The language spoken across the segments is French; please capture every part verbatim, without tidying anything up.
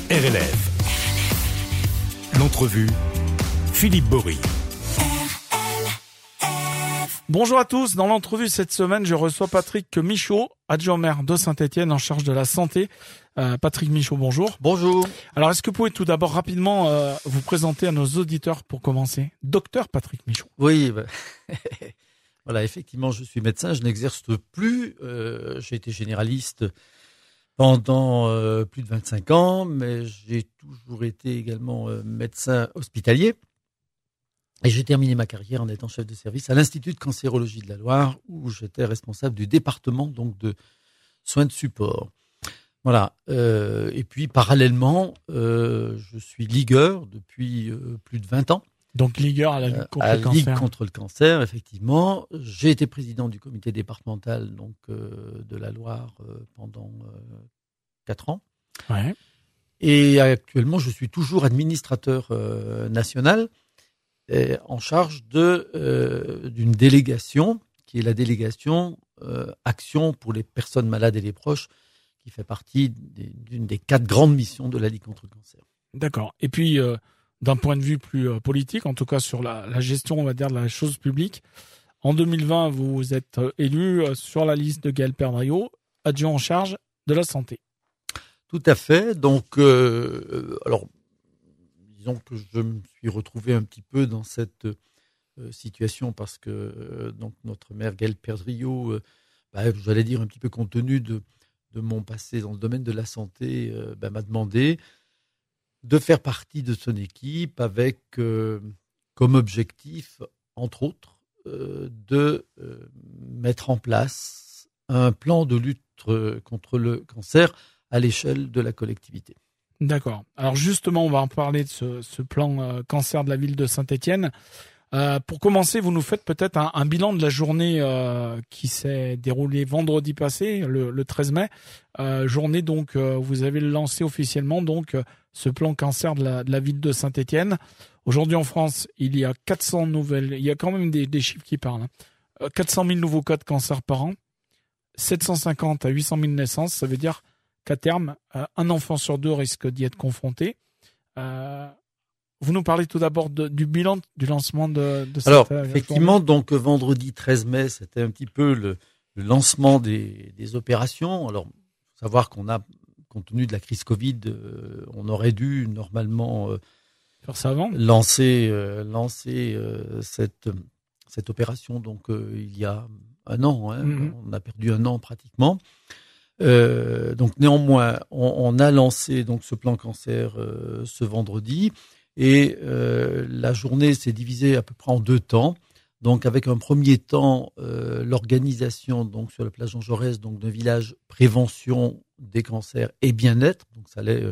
R L F. L'entrevue, Philippe Bory. Bonjour à tous. Dans l'entrevue cette semaine, je reçois Patrick Michaud, adjoint maire de Saint-Étienne en charge de la santé. Euh, Patrick Michaud, bonjour. Bonjour. Alors, est-ce que vous pouvez tout d'abord rapidement euh, vous présenter à nos auditeurs pour commencer? Docteur Patrick Michaud. Oui, bah, voilà, effectivement, je suis médecin, je n'exerce plus. Euh, j'ai été généraliste pendant euh, plus de vingt-cinq ans, mais j'ai toujours été également euh, médecin hospitalier. Et j'ai terminé ma carrière en étant chef de service à l'Institut de cancérologie de la Loire, où j'étais responsable du département donc de soins de support. Voilà. Euh, et puis parallèlement, euh, je suis ligueur depuis euh, plus de vingt ans. Donc ligueur à la Ligue contre à le cancer. Ligue contre le cancer, effectivement. J'ai été président du comité départemental donc euh, de la Loire euh, pendant euh, quatre ans. Ouais. Et actuellement, je suis toujours administrateur euh, national. En charge de euh, d'une délégation qui est la délégation euh, Action pour les personnes malades et les proches, qui fait partie des, d'une des quatre grandes missions de la Ligue contre le cancer. D'accord. Et puis, euh, d'un point de vue plus euh, politique, en tout cas sur la, la gestion, on va dire, de la chose publique, en deux mille vingt, vous êtes euh, élu euh, sur la liste de Gaël Perdriau, adjoint en charge de la santé. Tout à fait. Donc, euh, alors. Disons que je me suis retrouvé un petit peu dans cette euh, situation parce que euh, donc notre maire Gaël Perdriau, euh, bah, j'allais dire un petit peu compte tenu de, de mon passé dans le domaine de la santé, euh, bah, m'a demandé de faire partie de son équipe avec euh, comme objectif, entre autres, euh, de euh, mettre en place un plan de lutte contre le cancer à l'échelle de la collectivité. D'accord. Alors justement, on va en parler de ce, ce plan euh, cancer de la ville de Saint-Étienne. Euh, pour commencer, vous nous faites peut-être un, un bilan de la journée euh, qui s'est déroulée vendredi passé, le, le treize mai. Euh, journée donc, euh, vous avez lancé officiellement donc euh, ce plan cancer de la, de la ville de Saint-Étienne. Aujourd'hui en France, il y a quatre cents nouvelles. Il y a quand même des, des chiffres qui parlent. Hein. Euh, quatre cent mille nouveaux cas de cancer par an, sept cent cinquante à huit cent mille naissances. Ça veut dire qu'à terme, euh, un enfant sur deux risque d'y être confronté. Euh, vous nous parlez tout d'abord de, du bilan du lancement de, de cette Alors, journée. effectivement, donc vendredi treize mai, c'était un petit peu le, le lancement des, des opérations. Alors, faut savoir qu'on a, compte tenu de la crise Covid, euh, on aurait dû normalement euh, faire ça avant. lancer, euh, lancer euh, cette, cette opération. Donc, euh, il y a un an, hein, mm-hmm. On a perdu un an pratiquement. Euh, donc néanmoins, on, on a lancé donc ce plan cancer euh, ce vendredi et euh, la journée s'est divisée à peu près en deux temps. Donc avec un premier temps, euh, l'organisation donc sur la place Jean Jaurès donc d'un village prévention des cancers et bien-être. Donc ça allait euh,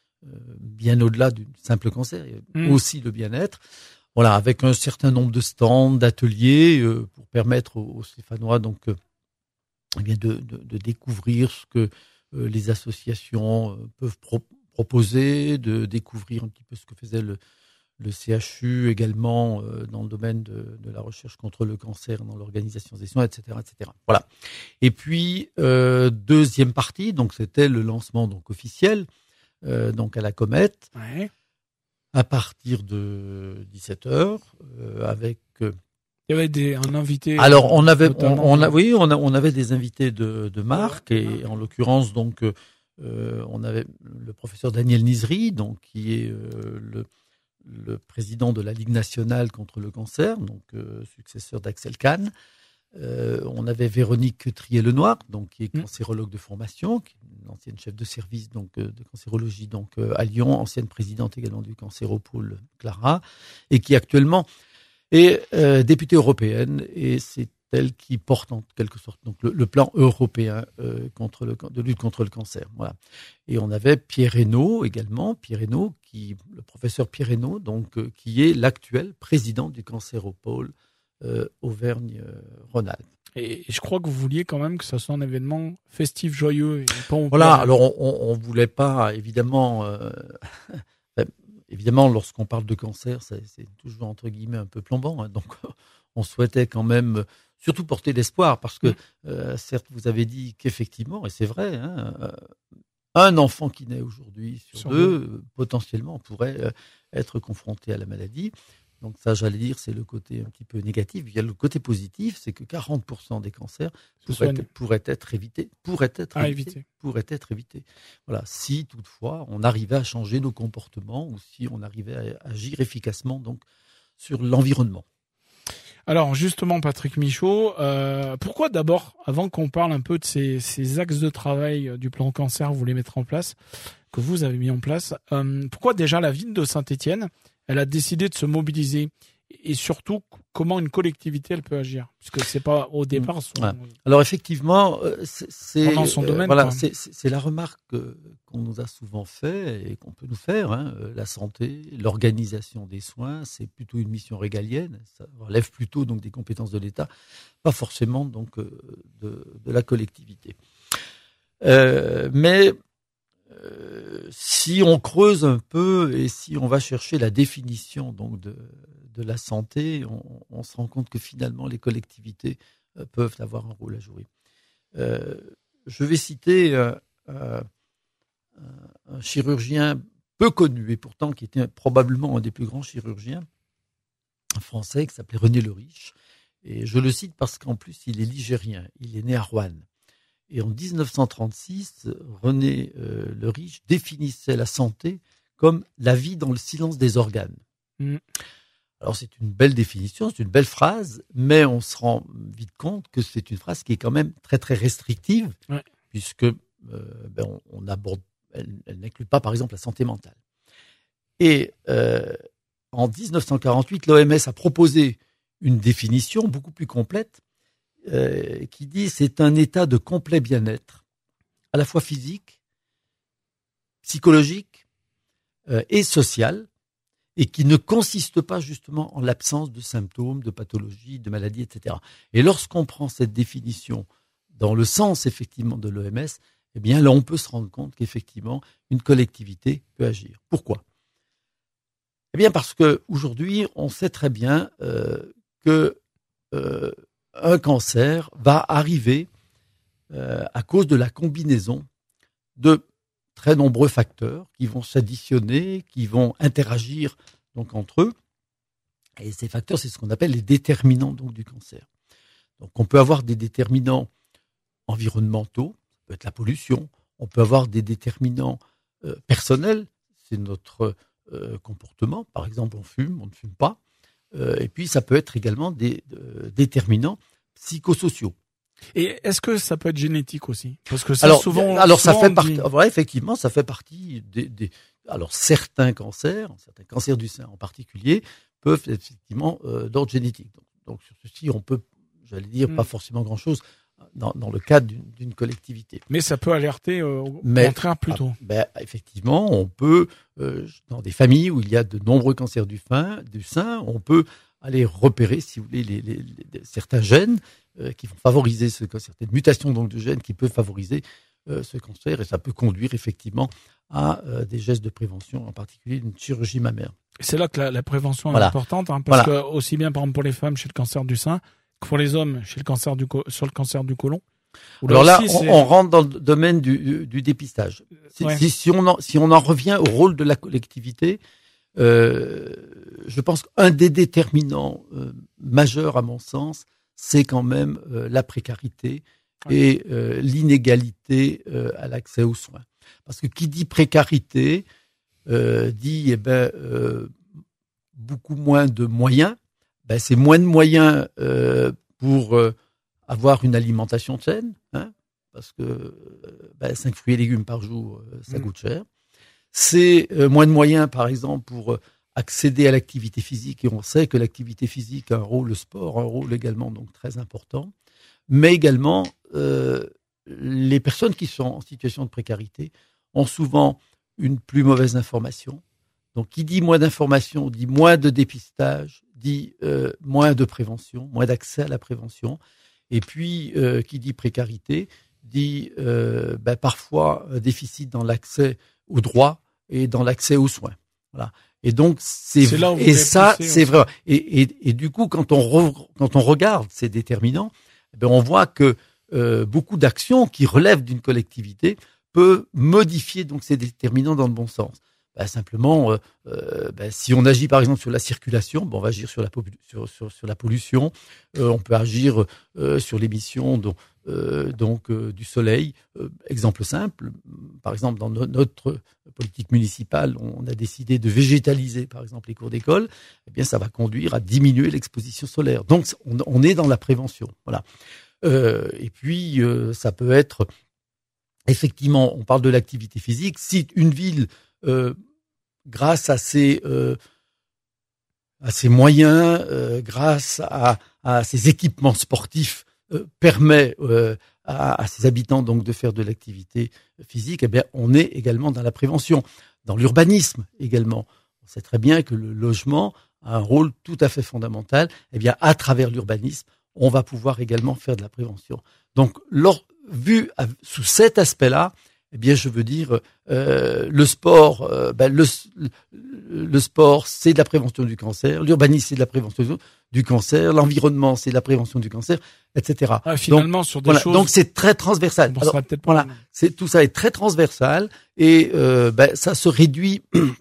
bien au-delà du simple cancer, mmh. aussi le bien-être. Voilà, avec un certain nombre de stands, d'ateliers euh, pour permettre aux, aux Stéphanois donc euh, Eh bien de, de, de découvrir ce que euh, les associations euh, peuvent pro- proposer, de découvrir un petit peu ce que faisait le, le C H U également euh, dans le domaine de, de la recherche contre le cancer, dans l'organisation des soins, et cetera, et cetera. Voilà. Et puis euh, deuxième partie, donc c'était le lancement donc officiel, euh, donc à la Comète, ouais. à partir de dix-sept heures, euh, avec euh, il y avait des, un invité. Alors on avait, on, on a, oui, on, a, on avait des invités de, de marque et en l'occurrence donc euh, on avait le professeur Daniel Nizri, donc qui est euh, le, le président de la Ligue nationale contre le cancer, donc euh, successeur d'Axel Kahn. Euh, on avait Véronique Trier-Lenoir, donc qui est cancérologue de formation, qui est une ancienne chef de service donc de cancérologie donc à Lyon, ancienne présidente également du Cancéropôle Clara, et qui actuellement et euh, députée européenne, et c'est elle qui porte en quelque sorte donc le, le plan européen euh, contre le, de lutte contre le cancer. Voilà. Et on avait Pierre Hénaud également, Pierre Hénaud, qui, le professeur Pierre Hénaud, donc euh, qui est l'actuel président du Cancéropôle euh, Auvergne-Rhône-Alpes. Et je crois que vous vouliez quand même que ça soit un événement festif, joyeux. Et pas voilà. Alors on, on, on voulait pas évidemment. Euh, Évidemment, lorsqu'on parle de cancer, c'est, c'est toujours entre guillemets un peu plombant. Hein, donc, on souhaitait quand même surtout porter l'espoir, parce que euh, certes, vous avez dit qu'effectivement, et c'est vrai, hein, euh, un enfant qui naît aujourd'hui sur, sur deux, deux. Euh, potentiellement pourrait euh, être confronté à la maladie. Donc ça, j'allais dire, c'est le côté un petit peu négatif. Il y a le côté positif, c'est que quarante pour cent des cancers pourraient, pourraient être évités, pourraient être ah, évités, éviter. pourraient être évités. Voilà, si toutefois on arrivait à changer nos comportements ou si on arrivait à agir efficacement donc sur l'environnement. Alors justement, Patrick Michaud, euh, pourquoi d'abord, avant qu'on parle un peu de ces, ces axes de travail du plan cancer que vous voulez mettre en place, que vous avez mis en place, euh, pourquoi déjà la ville de Saint-Étienne, elle a décidé de se mobiliser et surtout comment une collectivité elle peut agir, puisque c'est pas au départ son... ouais. Alors effectivement, c'est c'est, pendant son domaine, euh, voilà, c'est, c'est, c'est la remarque qu'on nous a souvent fait et qu'on peut nous faire. Hein, la santé, l'organisation des soins, c'est plutôt une mission régalienne. Ça relève plutôt donc des compétences de l'État, pas forcément donc de, de la collectivité. Euh, mais Euh, si on creuse un peu et si on va chercher la définition donc de, de la santé, on, on se rend compte que finalement les collectivités euh, peuvent avoir un rôle à jouer. Euh, je vais citer euh, euh, un chirurgien peu connu et pourtant qui était probablement un des plus grands chirurgiens français qui s'appelait René Le Riche. Et je le cite parce qu'en plus il est ligérien, il est né à Rouen. Et en dix-neuf cent trente-six, René euh, Le Riche définissait la santé comme la vie dans le silence des organes. Mmh. Alors c'est une belle définition, c'est une belle phrase, mais on se rend vite compte que c'est une phrase qui est quand même très très restrictive, ouais. puisque euh, ben, on, on aborde, elle, elle n'inclut pas par exemple la santé mentale. Et euh, en dix-neuf cent quarante-huit, l'O M S a proposé une définition beaucoup plus complète. Euh, qui dit c'est un état de complet bien-être, à la fois physique, psychologique euh, et social, et qui ne consiste pas justement en l'absence de symptômes, de pathologies, de maladies, et cetera. Et lorsqu'on prend cette définition dans le sens effectivement de l'O M S, eh bien là on peut se rendre compte qu'effectivement une collectivité peut agir. Pourquoi ? Eh bien parce que aujourd'hui on sait très bien euh, que euh, un cancer va arriver euh, à cause de la combinaison de très nombreux facteurs qui vont s'additionner, qui vont interagir donc entre eux. Et ces facteurs, c'est ce qu'on appelle les déterminants donc du cancer. Donc on peut avoir des déterminants environnementaux, ça peut être la pollution. On peut avoir des déterminants euh, personnels, c'est notre euh, comportement. Par exemple, on fume, on ne fume pas. Euh, et puis, ça peut être également des euh, déterminants psychosociaux. Et est-ce que ça peut être génétique aussi ? Parce que ça, alors, souvent, alors souvent ça fait partie. dit... Ouais, effectivement, ça fait partie des, des. Alors, certains cancers, certains cancers du sein en particulier, peuvent être effectivement euh, d'ordre génétique. Donc, donc, sur ceci, on peut, j'allais dire, mm. pas forcément grand-chose dans, dans le cadre d'une, d'une collectivité. Mais ça peut alerter euh, au Mais, contraire plutôt. Ah, ben, effectivement, on peut, euh, dans des familles où il y a de nombreux cancers du, fin, du sein, on peut aller repérer, si vous voulez, les, les, les, certains gènes euh, qui vont favoriser ce, certaines mutations donc de gènes qui peuvent favoriser euh, ce cancer, et ça peut conduire effectivement à euh, des gestes de prévention, en particulier une chirurgie mammaire. C'est là que la, la prévention voilà. est importante, hein, parce voilà. que aussi bien par exemple pour les femmes chez le cancer du sein que pour les hommes chez le cancer du sur le cancer du côlon. Alors là, là on, on rentre dans le domaine du, du, du dépistage. Si, ouais. si, si, on en, si on en revient au rôle de la collectivité, euh, je pense qu'un des déterminants euh, majeurs, à mon sens, c'est quand même euh, la précarité ouais. et euh, l'inégalité euh, à l'accès aux soins. Parce que qui dit précarité euh, dit eh ben, euh, beaucoup moins de moyens. Ben, c'est moins de moyens euh, pour euh, avoir une alimentation saine, hein, parce que ben, cinq fruits et légumes par jour, ça mmh. coûte cher. C'est euh, moins de moyens, par exemple, pour accéder à l'activité physique, et on sait que l'activité physique a un rôle, le sport a un rôle également donc très important, mais également euh, les personnes qui sont en situation de précarité ont souvent une plus mauvaise information. Donc, qui dit moins d'information, dit moins de dépistage, dit euh, moins de prévention, moins d'accès à la prévention. Et puis, euh, qui dit précarité, dit euh, ben, parfois un déficit dans l'accès aux droits et dans l'accès aux soins. Voilà. Et donc, c'est, c'est là où et ça, poussé, c'est aussi. Vrai. Et, et, et du coup, quand on, re, quand on regarde ces déterminants, ben, on voit que euh, beaucoup d'actions qui relèvent d'une collectivité peut modifier donc ces déterminants dans le bon sens? Ben, simplement, euh, euh, ben, si on agit par exemple sur la circulation, ben, on va agir sur la, sur, sur, sur la pollution, euh, on peut agir euh, sur l'émission donc, euh, donc euh, du soleil. Euh, exemple simple, par exemple dans no- notre politique municipale, on a décidé de végétaliser par exemple les cours d'école. Eh bien, ça va conduire à diminuer l'exposition solaire. Donc, on, on est dans la prévention. Voilà. Euh, et puis, euh, ça peut être effectivement, on parle de l'activité physique. Si une ville Euh, grâce à ses, euh, à ses moyens, euh, grâce à, à ses équipements sportifs, euh, permet euh, à, à ses habitants donc de faire de l'activité physique, eh bien, on est également dans la prévention, dans l'urbanisme également. On sait très bien que le logement a un rôle tout à fait fondamental. Eh bien, à travers l'urbanisme, on va pouvoir également faire de la prévention. Donc, lors, vu à, sous cet aspect-là, eh bien, je veux dire, euh, le sport, euh, ben, le, le sport, c'est de la prévention du cancer. L'urbanisme, c'est de la prévention du cancer. L'environnement, c'est de la prévention du cancer, et cetera. Ah, finalement, donc, sur des voilà, choses. Donc, c'est très transversal. Bon, Alors, peut-être voilà, c'est tout ça est très transversal et euh, ben, ça se réduit.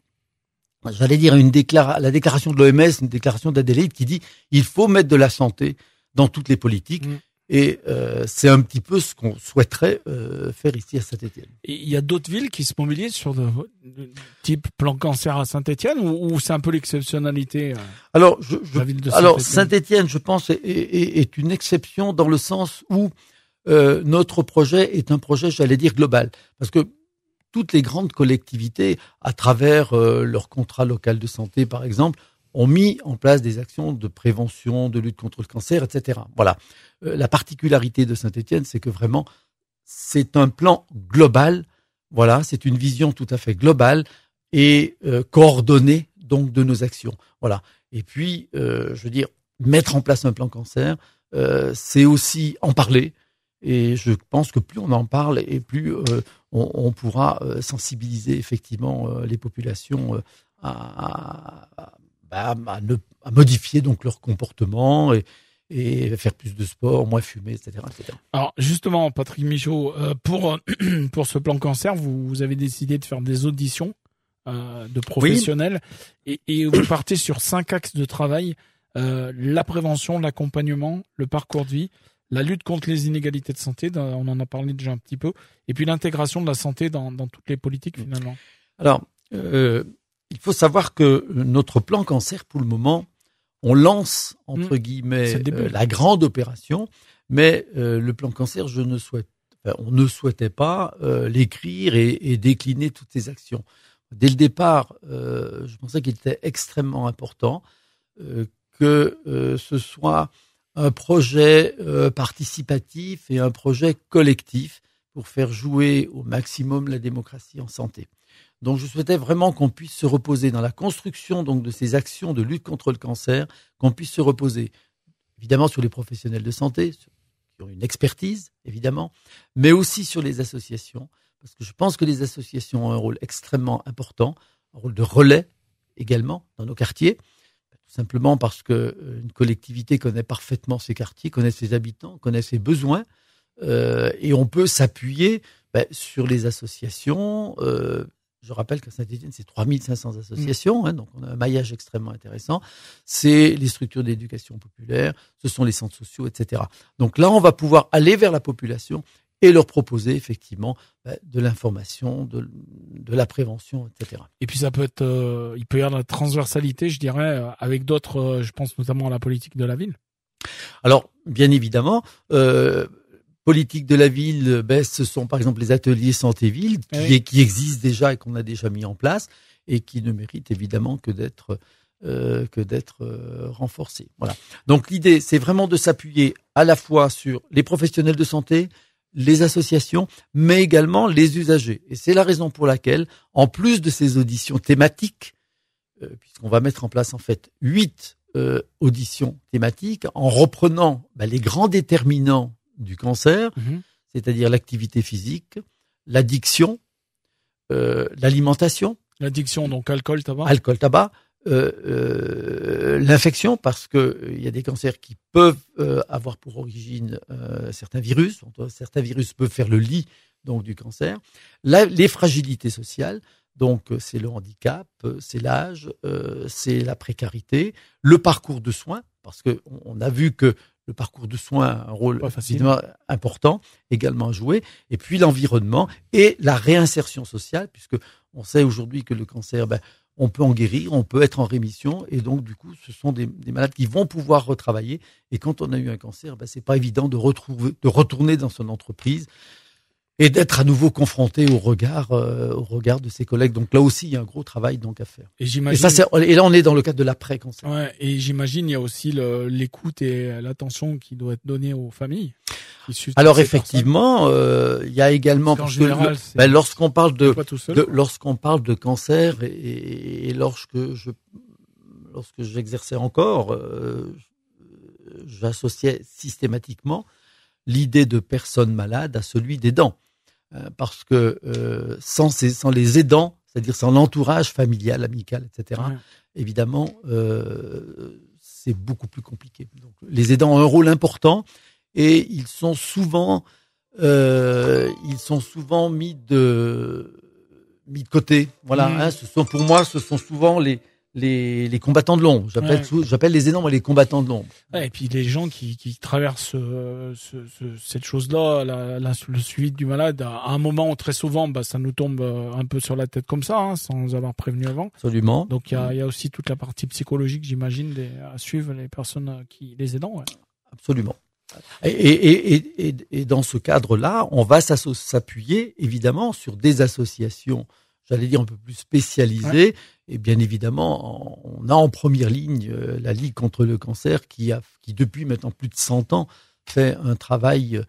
J'allais dire une déclara- la déclaration de l'O M S, une déclaration d'Adélaïde qui dit il faut mettre de la santé dans toutes les politiques. Mmh. Et euh, c'est un petit peu ce qu'on souhaiterait euh, faire ici à Saint-Étienne. Et il y a d'autres villes qui se mobilisent sur de, de type plan cancer à Saint-Étienne ou, ou c'est un peu l'exceptionnalité euh, Alors, je, je, la ville de alors Saint-Étienne, Saint-Étienne, je pense, est, est, est une exception dans le sens où euh, notre projet est un projet, j'allais dire, global. Parce que toutes les grandes collectivités, à travers euh, leur contrat local de santé, par exemple, ont mis en place des actions de prévention, de lutte contre le cancer, et cetera. Voilà. Euh, la particularité de Saint-Étienne, c'est que vraiment, c'est un plan global. Voilà, c'est une vision tout à fait globale et euh, coordonnée donc de nos actions. Voilà. Et puis, euh, je veux dire, mettre en place un plan cancer, euh, c'est aussi en parler. Et je pense que plus on en parle et plus euh, on, on pourra euh, sensibiliser effectivement euh, les populations euh, à, à Bah, à, ne, à modifier donc leur comportement et, et faire plus de sport, moins fumer, et cetera, et cetera. Alors justement, Patrick Michaud, euh, pour pour ce plan cancer, vous, vous avez décidé de faire des auditions euh, de professionnels oui. et, et vous partez sur cinq axes de travail euh, la prévention, l'accompagnement, le parcours de vie, la lutte contre les inégalités de santé, on en a parlé déjà un petit peu, et puis l'intégration de la santé dans, dans toutes les politiques finalement. Alors. Euh... Il faut savoir que notre plan cancer, pour le moment, on lance, entre mmh. guillemets, euh, la grande opération, mais euh, le plan cancer, je ne souhaite, enfin, on ne souhaitait pas euh, l'écrire et, et décliner toutes ces actions. Dès le départ, euh, je pensais qu'il était extrêmement important euh, que euh, ce soit un projet euh, participatif et un projet collectif pour faire jouer au maximum la démocratie en santé. Donc, je souhaitais vraiment qu'on puisse se reposer dans la construction donc de ces actions de lutte contre le cancer, qu'on puisse se reposer évidemment sur les professionnels de santé, qui ont une expertise évidemment, mais aussi sur les associations, parce que je pense que les associations ont un rôle extrêmement important, un rôle de relais également dans nos quartiers, tout simplement parce que une collectivité connaît parfaitement ses quartiers, connaît ses habitants, connaît ses besoins, euh, et on peut s'appuyer ben, sur les associations. Euh, Je rappelle qu'à Saint-Étienne, c'est trois mille cinq cents associations, hein, donc on a un maillage extrêmement intéressant. C'est les structures d'éducation populaire, ce sont les centres sociaux, et cetera. Donc là, on va pouvoir aller vers la population et leur proposer effectivement bah, de l'information, de, de la prévention, et cetera. Et puis ça peut être, euh, il peut y avoir la transversalité, je dirais, avec d'autres, euh, je pense notamment à la politique de la ville. Alors, bien évidemment, euh, politique de la ville, ben, ce sont par exemple les ateliers santé-ville qui, oui. qui existent déjà et qu'on a déjà mis en place et qui ne méritent évidemment que d'être euh, que d'être euh, renforcés. Voilà. Donc l'idée, c'est vraiment de s'appuyer à la fois sur les professionnels de santé, les associations, mais également les usagers. Et c'est la raison pour laquelle, en plus de ces auditions thématiques, euh, puisqu'on va mettre en place en fait huit euh, auditions thématiques, en reprenant ben, les grands déterminants du cancer, mmh. c'est-à-dire l'activité physique, l'addiction, euh, l'alimentation. L'addiction, donc alcool, tabac. Alcool, tabac, euh, euh, l'infection, parce que il y a des cancers qui peuvent euh, avoir pour origine euh, certains virus. Certains virus peuvent faire le lit donc du cancer. La, les fragilités sociales, donc c'est le handicap, c'est l'âge, euh, c'est la précarité, le parcours de soins, parce que on a vu que le parcours de soins a un rôle évidemment important également à jouer, et puis l'environnement et la réinsertion sociale, puisque on sait aujourd'hui que le cancer, ben, on peut en guérir, on peut être en rémission, et donc du coup, ce sont des, des malades qui vont pouvoir retravailler. Et quand on a eu un cancer, ben, c'est pas évident de retrouver, de retourner dans son entreprise et d'être à nouveau confronté au regard, euh, au regard de ses collègues. Donc là aussi, il y a un gros travail donc à faire. Et j'imagine. Et ça, c'est, et là, on est dans le cadre de l'après-cancer. Ouais, et j'imagine il y a aussi le, l'écoute et l'attention qui doit être donnée aux familles. Alors effectivement, euh, il y a également parce qu'en général, que, ben, lorsqu'on parle de, seul, de lorsqu'on parle de cancer et, et lorsque je lorsque j'exerçais encore, euh, j'associais systématiquement l'idée de personne malade à celui d'aidant, euh, parce que euh, sans ces, sans les aidants, c'est-à-dire sans l'entourage familial, amical, et cetera. Ouais. Évidemment, euh, c'est beaucoup plus compliqué. Donc, les aidants ont un rôle important. Et ils sont souvent, euh, ils sont souvent mis de, mis de côté. Voilà. Mmh. Hein, ce sont pour moi, ce sont souvent les les, les combattants de l'ombre. J'appelle, ouais. j'appelle les aidants, mais les combattants de l'ombre. Ouais, et puis les gens qui qui traversent euh, ce, ce, cette chose-là, la, la, le suivi du malade, à un moment très souvent, bah ça nous tombe un peu sur la tête comme ça, hein, sans avoir prévenu avant. Absolument. Donc il y a, il y a aussi toute la partie psychologique, j'imagine, des, à suivre les personnes qui, les aidants. Ouais. Absolument. Et, et, et, et, et dans ce cadre-là, on va s'appuyer évidemment sur des associations, j'allais dire un peu plus spécialisées. Ouais. Et bien évidemment, on a en première ligne la Ligue contre le cancer qui a, qui depuis maintenant plus de cent ans fait un travail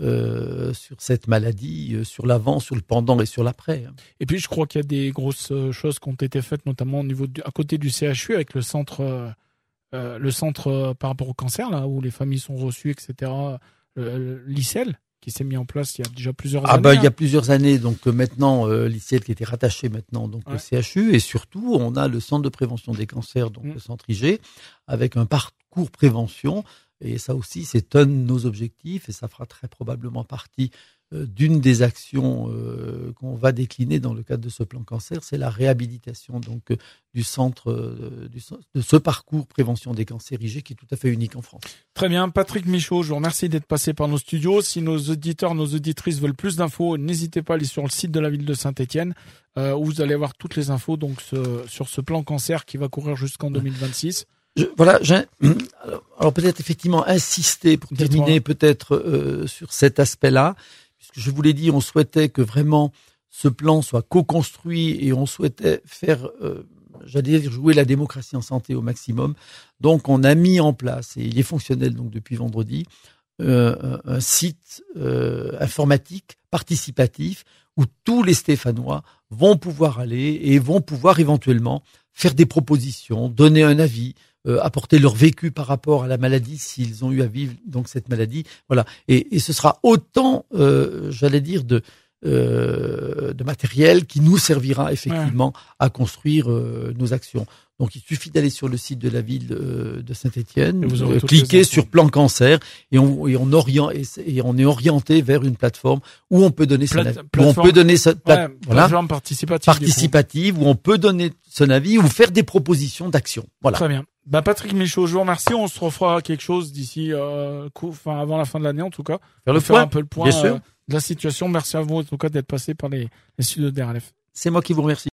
euh, sur cette maladie, sur l'avant, sur le pendant et sur l'après. Et puis je crois qu'il y a des grosses choses qui ont été faites, notamment au niveau du, à côté du C H U avec le centre. Euh... Euh, le centre euh, par rapport au cancer, là où les familles sont reçues, et cetera. Euh, l'I C E L qui s'est mis en place il y a déjà plusieurs ah années. Bah, il y a plusieurs années, donc euh, maintenant euh, l'I C E L qui était rattaché maintenant donc ouais. au C H U, et surtout on a le centre de prévention des cancers, donc mmh. le centre I G, avec un parcours prévention, et ça aussi c'est un de nos objectifs, et ça fera très probablement partie euh, d'une des actions euh, qu'on va décliner dans le cadre de ce plan cancer, c'est la réhabilitation donc euh, du centre euh, du, de ce parcours prévention des cancers I G qui est tout à fait unique en France. Très bien, Patrick Michaud, je vous remercie d'être passé par nos studios. Si nos auditeurs, nos auditrices veulent plus d'infos, n'hésitez pas à aller sur le site de la ville de Saint-Étienne euh, où vous allez avoir toutes les infos donc ce, sur ce plan cancer qui va courir jusqu'en deux mille vingt-six. Je, voilà, j'ai, alors, alors peut-être effectivement insister pour terminer peut-être euh, sur cet aspect-là, puisque je vous l'ai dit, on souhaitait que vraiment ce plan soit co-construit et on souhaitait faire, euh, j'allais dire, jouer la démocratie en santé au maximum. Donc on a mis en place, et il est fonctionnel donc depuis vendredi, euh, un, un site euh, informatique participatif où tous les Stéphanois vont pouvoir aller et vont pouvoir éventuellement faire des propositions, donner un avis, Euh, apporter leur vécu par rapport à la maladie s'ils ont eu à vivre donc cette maladie, voilà. Et, et ce sera autant, euh, j'allais dire, de euh, de matériel qui nous servira effectivement ouais. à construire euh, nos actions. Donc il suffit d'aller sur le site de la ville de, de Saint-Étienne, euh, cliquer sur plan cancer et on et on orient et, et on est orienté vers une plateforme où on peut donner son avis, où on peut donner sa pla- ouais, voilà, plateforme participative, participative où on peut donner son avis ou faire des propositions d'action. Voilà. Très bien. Bah Patrick Michaud, je vous remercie. On se refera quelque chose d'ici, euh, enfin avant la fin de l'année en tout cas. Faire le faire point, un peu le point bien sûr. Euh, de la situation. Merci à vous en tout cas d'être passé par les, les studios de D R L F. C'est moi qui vous remercie.